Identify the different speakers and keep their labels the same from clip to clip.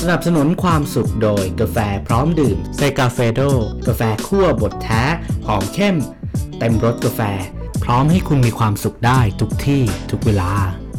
Speaker 1: สนับสนุนความสุขโดยกาแฟพร้อมดื่มเซกาเฟโดกาแฟคั่วบดแท้หอมเข้มเต็มรสกาแฟพร้อมให้คุณมีความสุขได้ทุกที่ทุกเวลา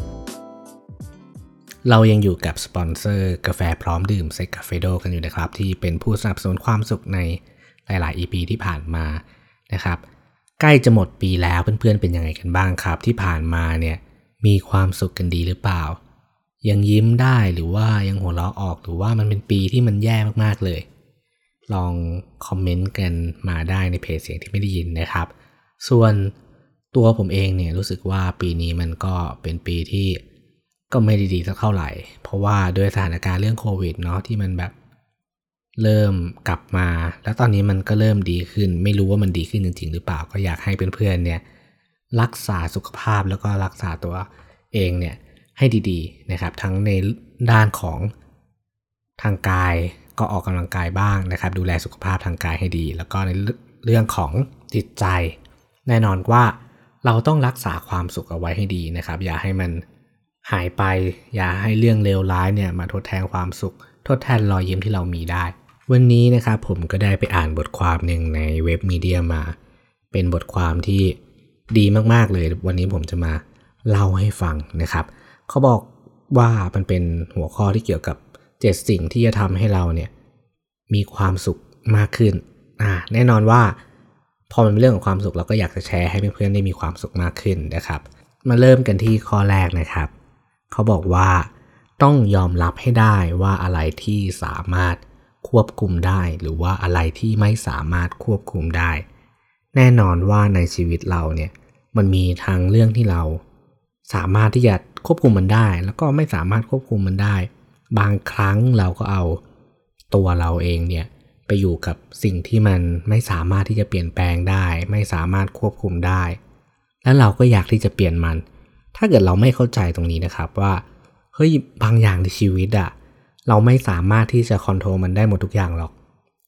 Speaker 1: เรายังอยู่กับสปอนเซอร์กาแฟพร้อมดื่มเซกาเฟโดกันอยู่นะครับที่เป็นผู้สนับสนุนความสุขในหลายๆ EP ที่ผ่านมานะครับใกล้จะหมดปีแล้วเพื่อนๆเป็นยังไงกันบ้างครับที่ผ่านมาเนี่ยมีความสุขกันดีหรือเปล่ายังยิ้มได้หรือว่ายังหัวเราะออกหรือว่ามันเป็นปีที่มันแย่มากๆเลยลองคอมเมนต์กันมาได้ในเพจเสียงที่ไม่ได้ยินนะครับส่วนตัวผมเองเนี่ยรู้สึกว่าปีนี้มันก็เป็นปีที่ก็ไม่ได้ดีสักเท่าไหร่เพราะว่าด้วยสถานการณ์เรื่องโควิดเนาะที่มันแบบเริ่มกลับมาแล้วตอนนี้มันก็เริ่มดีขึ้นไม่รู้ว่ามันดีขึ้นจริงๆหรือเปล่าก็อยากให้เพื่อนๆเนี่ยรักษาสุขภาพแล้วก็รักษาตัวเองเนี่ยให้ดีๆนะครับทั้งในด้านของทางกายก็ออกกำลังกายบ้างนะครับดูแลสุขภาพทางกายให้ดีแล้วก็ในเรื่องของจิตใจแน่นอนว่าเราต้องรักษาความสุขเอาไว้ให้ดีนะครับอย่าให้มันหายไปอย่าให้เรื่องเลวร้ายเนี่ยมาทดแทนความสุขทดแทนรอยยิ้มที่เรามีได้วันนี้นะครับผมก็ได้ไปอ่านบทความหนึ่งในเว็บมีเดียมาเป็นบทความที่ดีมากๆเลยวันนี้ผมจะมาเล่าให้ฟังนะครับเขาบอกว่ามันเป็นหัวข้อที่เกี่ยวกับ7สิ่งที่จะทำให้เราเนี่ยมีความสุขมากขึ้นแน่นอนว่าพอมันเป็นเรื่องของความสุขเราก็อยากจะแชร์ให้เพื่อนๆได้มีความสุขมากขึ้นนะครับมาเริ่มกันที่ข้อแรกนะครับเขาบอกว่าต้องยอมรับให้ได้ว่าอะไรที่สามารถควบคุมได้หรือว่าอะไรที่ไม่สามารถควบคุมได้แน่นอนว่าในชีวิตเราเนี่ยมันมีทางเรื่องที่เราสามารถที่จะควบคุมมันได้แล้วก็ไม่สามารถควบคุมมันได้บางครั้งเราก็เอาตัวเราเองเนี่ยไปอยู่กับสิ่งที่มันไม่สามารถที่จะเปลี่ยนแปลงได้ไม่สามารถควบคุมได้แล้วเราก็อยากที่จะเปลี่ยนมันถ้าเกิดเราไม่เข้าใจตรงนี้นะครับว่าเฮ้ยบางอย่างในชีวิตอะเราไม่สามารถที่จะคอนโทรลมันได้หมดทุกอย่างหรอก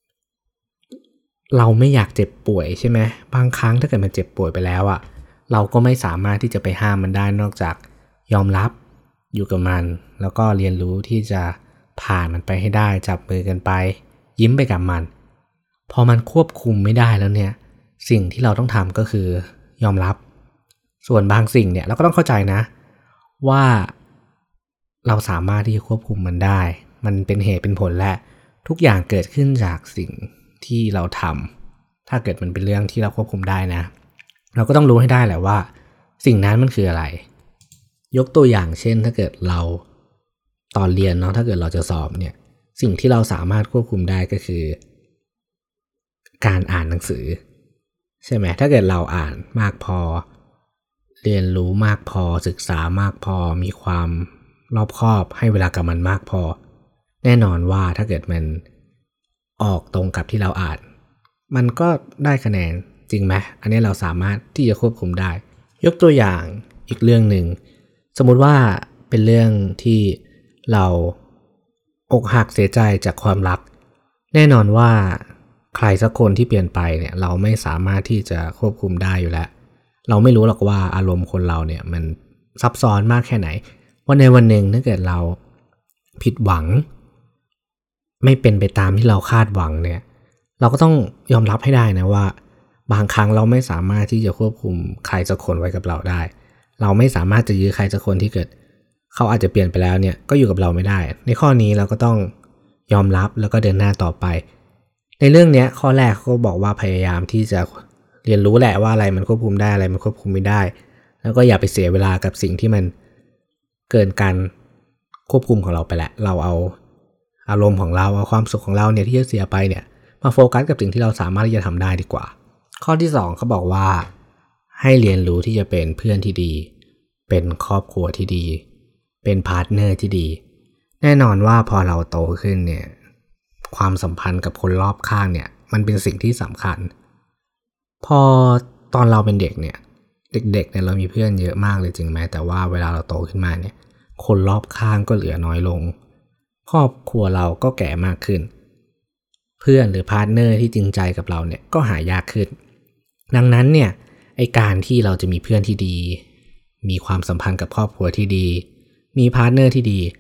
Speaker 1: เราไม่อยากเจ็บป่วยใช่ไหมบางครั้งถ้าเกิดมันเจ็บป่วยไปแล้วอะเราก็ไม่สามารถที่จะไปห้ามมันได้นอกจากยอมรับอยู่กับมันแล้วก็เรียนรู้ที่จะผ่านมันไปให้ได้จับมือกันไปยิ้มไปกับมันพอมันควบคุมไม่ได้แล้วเนี่ยสิ่งที่เราต้องทำก็คือยอมรับส่วนบางสิ่งเนี่ยเราก็ต้องเข้าใจนะว่าเราสามารถที่จะควบคุมมันได้มันเป็นเหตุเป็นผลและทุกอย่างเกิดขึ้นจากสิ่งที่เราทำถ้าเกิดมันเป็นเรื่องที่เราควบคุมได้นะเราก็ต้องรู้ให้ได้แหละว่าสิ่งนั้นมันคืออะไรยกตัวอย่างเช่นถ้าเกิดเราตอนเรียนเนาะถ้าเกิดเราจะสอบเนี่ยสิ่งที่เราสามารถควบคุมได้ก็คือการอ่านหนังสือใช่ไหมถ้าเกิดเราอ่านมากพอเรียนรู้มากพอศึกษามากพอมีความรอบคอบให้เวลากับมันมากพอแน่นอนว่าถ้าเกิดมันออกตรงกับที่เราอ่านมันก็ได้คะแนนจริงไหมอันนี้เราสามารถที่จะควบคุมได้ยกตัวอย่างอีกเรื่องหนึ่งสมมุติว่าเป็นเรื่องที่เราอกหักเสียใจจากความรักแน่นอนว่าใครสักคนที่เปลี่ยนไปเนี่ยเราไม่สามารถที่จะควบคุมได้อยู่แล้วเราไม่รู้หรอกว่าอารมณ์คนเราเนี่ยมันซับซ้อนมากแค่ไหนว่าในวันหนึ่งถ้าเกิดเราผิดหวังไม่เป็นไปตามที่เราคาดหวังเนี่ยเราก็ต้องยอมรับให้ได้นะว่าบางครั้งเราไม่สามารถที่จะควบคุมใครสักคนไว้กับเราได้เราไม่สามารถจะยื้อใครสักคนที่เกิดเขาอาจจะเปลี่ยนไปแล้วเนี่ยก็อยู่กับเราไม่ได้ในข้อนี้เราก็ต้องยอมรับแล้วก็เดินหน้าต่อไปในเรื่องนี้ข้อแรกเขาบอกว่าพยายามที่จะเรียนรู้แหละว่าอะไรมันควบคุมได้อะไรมันควบคุมไม่ได้แล้วก็อย่าไปเสียเวลากับสิ่งที่มันเกินการควบคุมของเราไปแหละเราเอาอารมณ์ของเราเอาความสุขของเราเนี่ยที่จะเสียไปเนี่ยมาโฟกัสกับสิ่งที่เราสามารถที่จะทำได้ดีกว่าข้อที่2เขาบอกว่าให้เรียนรู้ที่จะเป็นเพื่อนที่ดีเป็นครอบครัวที่ดีเป็นพาร์ทเนอร์ที่ดีแน่นอนว่าพอเราโตขึ้นเนี่ยความสัมพันธ์กับคนรอบข้างเนี่ยมันเป็นสิ่งที่สำคัญพอตอนเราเป็นเด็กเนี่ยเด็กๆเนี่ยเรามีเพื่อนเยอะมากเลยจริงไหมแต่ว่าเวลาเราโตขึ้นมาเนี่ยคนรอบข้างก็เหลือน้อยลงครอบครัวเราก็แก่มากขึ้นเพื่อนหรือพาร์ทเนอร์ที่จริงใจกับเราเนี่ยก็หายากขึ้นดังนั้นเนี่ยไอ้การที่เราจะมีเพื่อนที่ดีมีความสัมพันธ์กับครอบครัวที่ดีมีพาร์ทเนอร์ที่ดี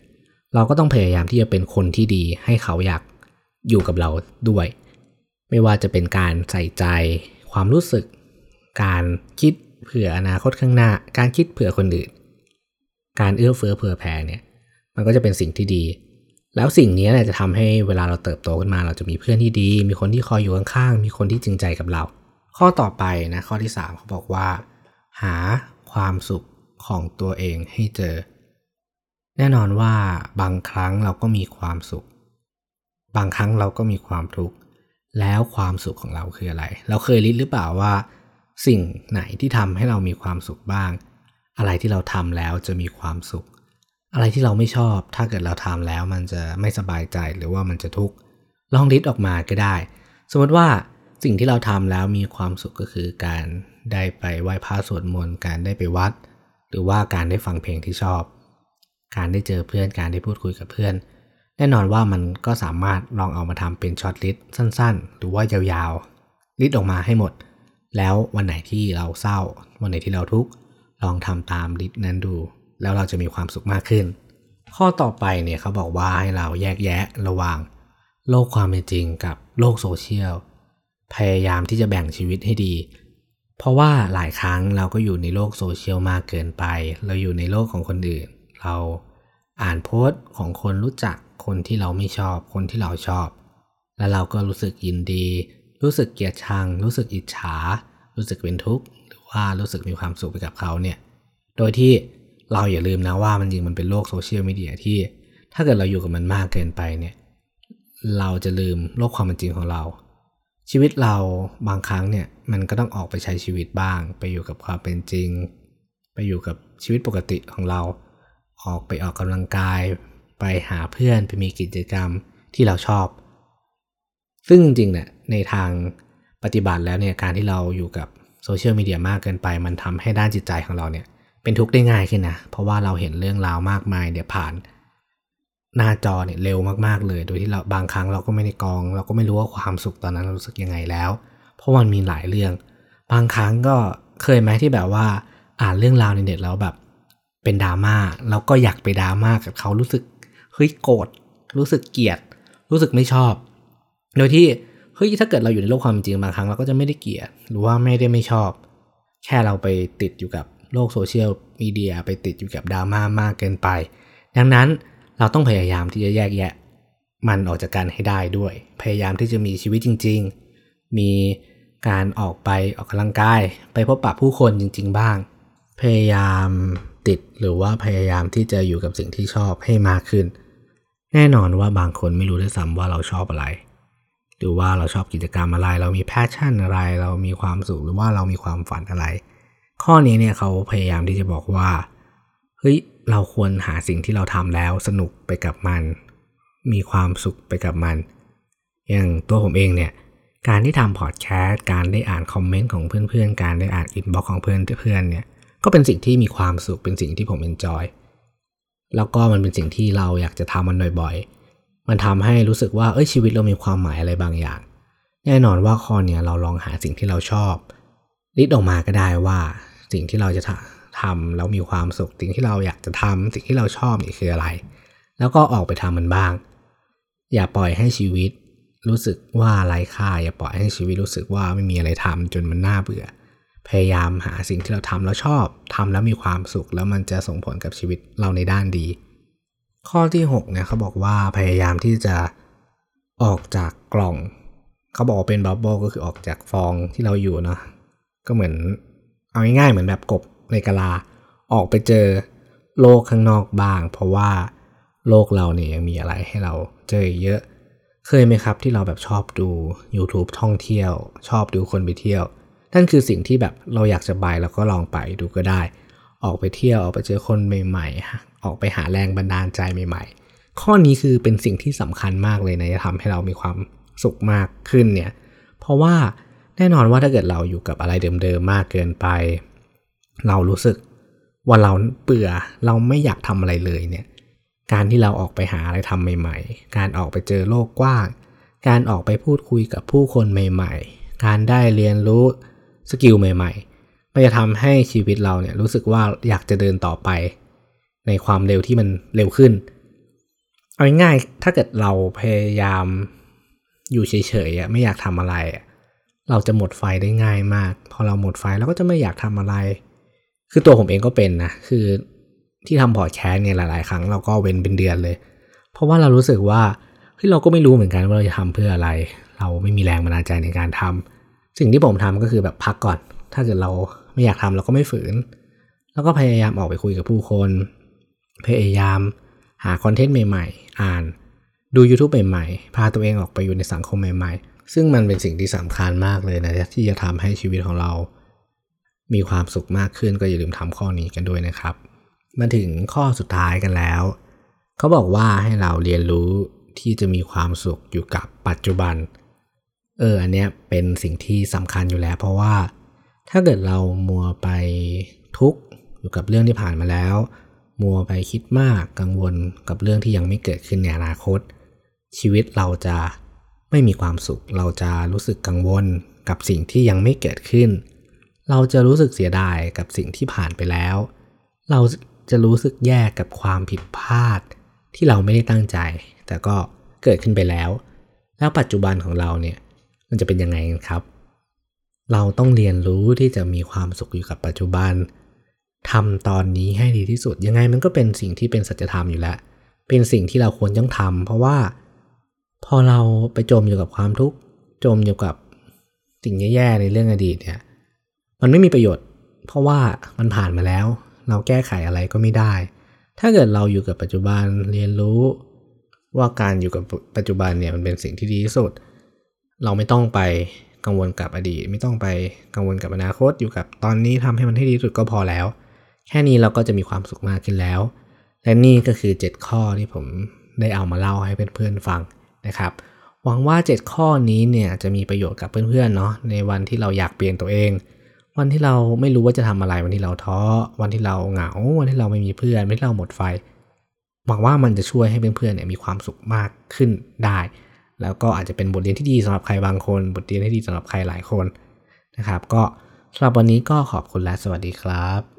Speaker 1: เราก็ต้องพยายามที่จะเป็นคนที่ดีให้เขาอยากอยู่กับเราด้วยไม่ว่าจะเป็นการใส่ใจความรู้สึกการคิดเผื่ออนาคตข้างหน้าการคิดเผื่อคนอื่นการเอื้อเฟื้อเผื่อแผ่เนี่ยมันก็จะเป็นสิ่งที่ดีแล้วสิ่งนี้จะทำให้เวลาเราเติบโตขึ้นมาเราจะมีเพื่อนที่ดีมีคนที่คอยอยู่ข้างๆมีคนที่จริงใจกับเราข้อต่อไปนะข้อที่3เขาบอกว่าหาความสุขของตัวเองให้เจอแน่นอนว่าบางครั้งเราก็มีความสุขบางครั้งเราก็มีความทุกข์แล้วความสุขของเราคืออะไรเราเคยลิสต์หรือเปล่าว่าสิ่งไหนที่ทำให้เรามีความสุขบ้างอะไรที่เราทำแล้วจะมีความสุขอะไรที่เราไม่ชอบถ้าเกิดเราทำแล้วมันจะไม่สบายใจหรือว่ามันจะทุกข์ลองลิสต์ออกมาก็ได้สมมติว่าสิ่งที่เราทำแล้วมีความสุขก็คือการได้ไปไหว้พระสวดมนต์การได้ไปวัดหรือว่าการได้ฟังเพลงที่ชอบการได้เจอเพื่อนการได้พูดคุยกับเพื่อนแน่นอนว่ามันก็สามารถลองเอามาทำเป็นช็อตลิสต์สั้นๆหรือว่ายาวๆลิสต์ออกมาให้หมดแล้ววันไหนที่เราเศร้าวันไหนที่เราทุกข์ลองทำตามลิสต์นั้นดูแล้วเราจะมีความสุขมากขึ้นข้อต่อไปเนี่ยเขาบอกว่าให้เราแยกแยะระหว่างโลกความเป็นจริงกับโลกโซเชียลพยายามที่จะแบ่งชีวิตให้ดีเพราะว่าหลายครั้งเราก็อยู่ในโลกโซเชียลมากเกินไปเราอยู่ในโลกของคนอื่นเราอ่านโพสต์ของคนรู้จักคนที่เราไม่ชอบคนที่เราชอบแล้วเราก็รู้สึกยินดีรู้สึกเกลียดชังรู้สึกอิจฉารู้สึกเป็นทุกข์หรือว่ารู้สึกมีความสุขไปกับเขาเนี่ยโดยที่เราอย่าลืมนะว่ามันจริงมันเป็นโลกโซเชียลมีเดียที่ถ้าเกิดเราอยู่กับมันมากเกินไปเนี่ยเราจะลืมโลกความเป็นจริงของเราชีวิตเราบางครั้งเนี่ยมันก็ต้องออกไปใช้ชีวิตบ้างไปอยู่กับความเป็นจริงไปอยู่กับชีวิตปกติของเราออกกำลังกายไปหาเพื่อนไปมีกิจกรรมที่เราชอบซึ่งจริงๆเนี่ยในทางปฏิบัติแล้วเนี่ยการที่เราอยู่กับโซเชียลมีเดียมากเกินไปมันทำให้ด้านจิตใจของเราเนี่ยเป็นทุกข์ได้ง่ายขึ้นนะเพราะว่าเราเห็นเรื่องราวมากมายเนี่ยผ่านหน้าจอเนี่ยเร็วมากๆเลยโดยที่เราบางครั้งเราก็ไม่ได้กรองเราก็ไม่รู้ว่าความสุขตอนนั้นเรารู้สึกยังไงแล้วเพราะมันมีหลายเรื่องบางครั้งก็เคยไหมที่แบบว่าอ่านเรื่องราวในเน็ตแล้วแบบเป็นดราม่าแล้วก็อยากไปดราม่ากับเขารู้สึกเฮ้ยโกรธรู้สึกเกลียดรู้สึกไม่ชอบโดยที่เฮ้ยถ้าเกิดเราอยู่ในโลกความจริงบางครั้งเราก็จะไม่ได้เกลียดหรือว่าไม่ชอบแค่เราไปติดอยู่กับโลกโซเชียลมีเดียไปติดอยู่กับดราม่ามากเกินไปดังนั้นเราต้องพยายามที่จะแยกแยะมันออกจากกันให้ได้ด้วยพยายามที่จะมีชีวิตจริงๆมีการออกกำลังกายไปพบปะผู้คนจริงๆบ้างพยายามติดหรือว่าพยายามที่จะอยู่กับสิ่งที่ชอบให้มากขึ้นแน่นอนว่าบางคนไม่รู้ด้วยซ้ำว่าเราชอบอะไรหรือว่าเราชอบกิจกรรมอะไรเรามีแพชชั่นอะไรเรามีความสุขหรือว่าเรามีความฝันอะไรข้อนี้เนี่ยเขาพยายามที่จะบอกว่าเฮ้ยเราควรหาสิ่งที่เราทำแล้วสนุกไปกับมันมีความสุขไปกับมันอย่างตัวผมเองเนี่ยการที่ทำพอดแคสต์การได้อ่านคอมเมนต์ของเพื่อนๆการได้อ่านอินบ็อกซ์ของเพื่อนเนี่ยก็เป็นสิ่งที่มีความสุขเป็นสิ่งที่ผมเอนจอยแล้วก็มันเป็นสิ่งที่เราอยากจะทำมันบ่อยๆมันทำให้รู้สึกว่าชีวิตเรามีความหมายอะไรบางอย่างแน่นอนว่าข้อนี้เราลองหาสิ่งที่เราชอบลิสต์ออกมาก็ได้ว่าสิ่งที่เราจะทำแล้วมีความสุขสิ่งที่เราอยากจะทำสิ่งที่เราชอบนี่คืออะไรแล้วก็ออกไปทำมันบ้างอย่าปล่อยให้ชีวิตรู้สึกว่าไร้ค่าอย่าปล่อยให้ชีวิตรู้สึกว่าไม่มีอะไรทำจนมันน่าเบื่อพยายามหาสิ่งที่เราทำแล้วชอบทำแล้วมีความสุขแล้วมันจะส่งผลกับชีวิตเราในด้านดีข้อที่6เนี่ยเขาบอกว่าพยายามที่จะออกจากกล่องเขาบอกว่าเป็นบับเบิ้ลก็คือออกจากฟองที่เราอยู่เนาะก็เหมือนเอาง่ายๆเหมือนแบบกบในกะลาออกไปเจอโลกข้างนอกบ้างเพราะว่าโลกเราเนี่ยยังมีอะไรให้เราเจอเยอะเคยไหมครับที่เราแบบชอบดู YouTube ท่องเที่ยวชอบดูคนไปเที่ยวนั่นคือสิ่งที่แบบเราอยากจะไปแล้วก็ลองไปดูก็ได้ออกไปเที่ยวออกไปเจอคนใหม่ๆออกไปหาแรงบันดาลใจใหม่ๆข้อนี้คือเป็นสิ่งที่สำคัญมากเลยนะจะทำให้เรามีความสุขมากขึ้นเนี่ยเพราะว่าแน่นอนว่าถ้าเกิดเราอยู่กับอะไรเดิมๆมากเกินไปเรารู้สึกว่าเราเบื่อเราไม่อยากทำอะไรเลยเนี่ยการที่เราออกไปหาอะไรทำใหม่ๆการออกไปเจอโลกกว้างการออกไปพูดคุยกับผู้คนใหม่ๆการได้เรียนรู้สกิลใหม่ๆมันจะทำให้ชีวิตเราเนี่ยรู้สึกว่าอยากจะเดินต่อไปในความเร็วที่มันเร็วขึ้นเอาง่ายๆถ้าเกิดเราพยายามอยู่เฉยๆไม่อยากทำอะไรเราจะหมดไฟได้ง่ายมากพอเราหมดไฟเราก็จะไม่อยากทำอะไรคือตัวผมเองก็เป็นนะคือที่ทำพอดแคสต์เนี่ยหลายๆครั้งเราก็เว้นเป็นเดือนเลยเพราะว่าเรารู้สึกว่าเราก็ไม่รู้เหมือนกันว่าเราจะทำเพื่ออะไรเราไม่มีแรงบันดาลใจในการทำสิ่งที่ผมทำก็คือแบบพักก่อนถ้าเกิดเราไม่อยากทำเราก็ไม่ฝืนแล้วก็พยายามออกไปคุยกับผู้คนพยายามหาคอนเทนต์ใหม่ๆอ่านดู YouTube ใหม่ๆพาตัวเองออกไปอยู่ในสังคมใหม่ๆซึ่งมันเป็นสิ่งที่สำคัญมากเลยนะที่จะทำให้ชีวิตของเรามีความสุขมากขึ้นก็อย่าลืมทำข้อนี้กันด้วยนะครับมาถึงข้อสุดท้ายกันแล้วเขาบอกว่าให้เราเรียนรู้ที่จะมีความสุขอยู่กับปัจจุบันอันเนี้ยเป็นสิ่งที่สำคัญอยู่แล้วเพราะว่าถ้าเกิดเรามัวไปทุกข์อยู่กับเรื่องที่ผ่านมาแล้วมัวไปคิดมากกังวลกับเรื่องที่ยังไม่เกิดขึ้นในอนาคตชีวิตเราจะไม่มีความสุขเราจะรู้สึกกังวลกับสิ่งที่ยังไม่เกิดขึ้นเราจะรู้สึกเสียดายกับสิ่งที่ผ่านไปแล้วเราจะรู้สึกแย่กับความผิดพลาดที่เราไม่ได้ตั้งใจแต่ก็เกิดขึ้นไปแล้วปัจจุบันของเราเนี่ยมันจะเป็นยังไงกันครับเราต้องเรียนรู้ที่จะมีความสุขอยู่กับปัจจุบันทำตอนนี้ให้ดีที่สุดยังไงมันก็เป็นสิ่งที่เป็นสัจธรรมอยู่แล้วเป็นสิ่งที่เราควรต้องทำเพราะว่าพอเราไปจมอยู่กับความทุกข์จมอยู่กับสิ่งแย่ๆในเรื่องอดีตเนี่ยมันไม่มีประโยชน์เพราะว่ามันผ่านมาแล้วเราแก้ไขอะไรก็ไม่ได้ถ้าเกิดเราอยู่กับปัจจุบันเรียนรู้ว่าการอยู่กับปัจจุบันเนี่ยมันเป็นสิ่งที่ดีที่สุดเราไม่ต้องไปกังวลกับอดีตไม่ต้องไปกังวลกับอนาคตอยู่กับตอนนี้ทำให้มันให้ดีที่สุดก็พอแล้วแค่นี้เราก็จะมีความสุขมากขึ้นแล้วและนี่ก็คือ7ข้อที่ผมได้เอามาเล่าให้เพื่อนๆฟังนะครับหวังว่า7ข้อนี้เนี่ยจะมีประโยชน์กับเพื่อนๆเนาะในวันที่เราอยากเปลี่ยนตัวเองวันที่เราไม่รู้ว่าจะทำอะไรวันที่เราท้อวันที่เราเหงาวันที่เราไม่มีเพื่อนวันที่เราหมดไฟหวังว่ามันจะช่วยให้เพื่อนๆเนี่ยมีความสุขมากขึ้นได้แล้วก็อาจจะเป็นบทเรียนที่ดีสำหรับใครบางคนบทเรียนที่ดีสำหรับใครหลายคนนะครับก็สำหรับวันนี้ก็ขอบคุณและสวัสดีครับ